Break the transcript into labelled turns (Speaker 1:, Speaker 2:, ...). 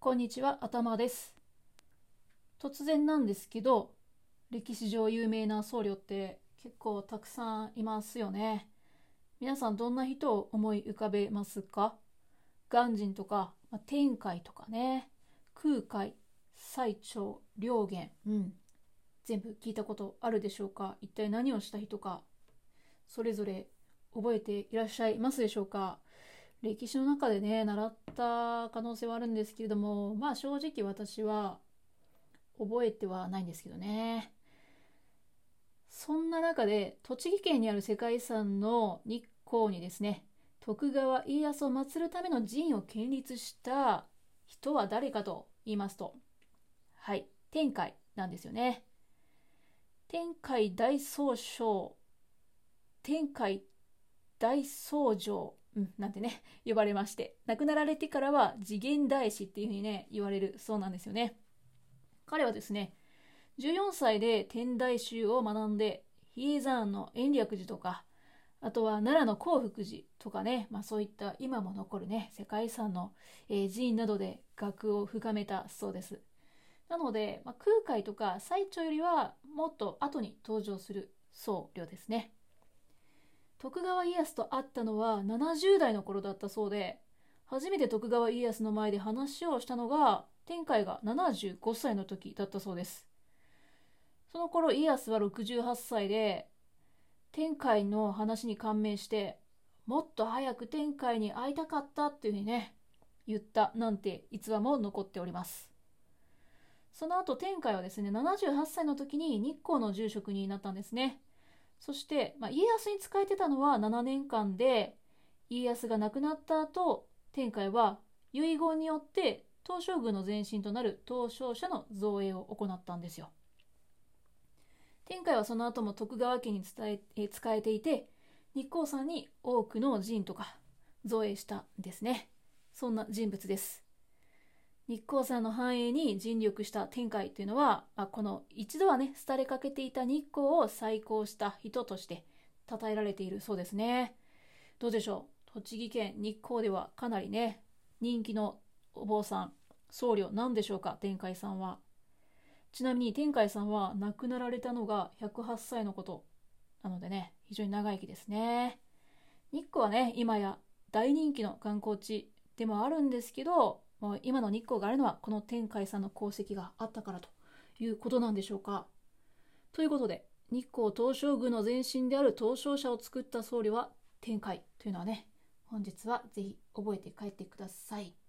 Speaker 1: こんにちは、頭です。突然なんですけど、歴史上有名な僧侶って結構たくさんいますよね。皆さんどんな人を思い浮かべますか？鑑真とか、天海とかね、空海、最澄、良源、全部聞いたことあるでしょうか？一体何をした人か、それぞれ覚えていらっしゃいますでしょうか？歴史の中でね、習った可能性はあるんですけれども、正直私は覚えてはないんですけどね。そんな中で栃木県にある世界遺産の日光にですね、徳川家康を祀るための寺院を建立した人は誰かと言いますと、はい、天海なんですよね。天海大宗匠、天海大僧正、なんてね呼ばれまして、亡くなられてからは次元大師っていうふうにね言われるそうなんですよね。彼はですね、14歳で天台宗を学んで、比叡山の延暦寺とか、あとは奈良の興福寺とかね、そういった今も残るね、世界遺産の、寺院などで学を深めたそうです。なので、空海とか最澄よりはもっと後に登場する僧侶ですね。徳川家康と会ったのは70代の頃だったそうで、初めて徳川家康の前で話をしたのが天海が75歳の時だったそうです。その頃家康は68歳で、天海の話に感銘して、もっと早く天海に会いたかったっていうふうにね言ったなんて逸話も残っております。その後天海はですね、78歳の時に日光の住職になったんですね。そして、家康に仕えてたのは7年間で、家康が亡くなった後、天海は遺言によって東照宮の前身となる東照社の造営を行ったんですよ。天海はその後も徳川家に仕えていて、日光山に多くの寺院とか造営したんですね。そんな人物です。日光山の繁栄に尽力した天海というのは、この一度はね廃れかけていた日光を再興した人として称えられているそうですね。どうでしょう、栃木県日光ではかなりね人気のお坊さん、僧侶なんでしょうか、天海さんは。ちなみに天海さんは亡くなられたのが108歳のことなのでね、非常に長生きですね。日光はね今や大人気の観光地でもあるんですけど、もう今の日光があるのはこの天海さんの功績があったからということなんでしょうか。ということで、日光東照宮の前身である東照社を作った僧侶は天海というのはね、本日はぜひ覚えて帰ってください。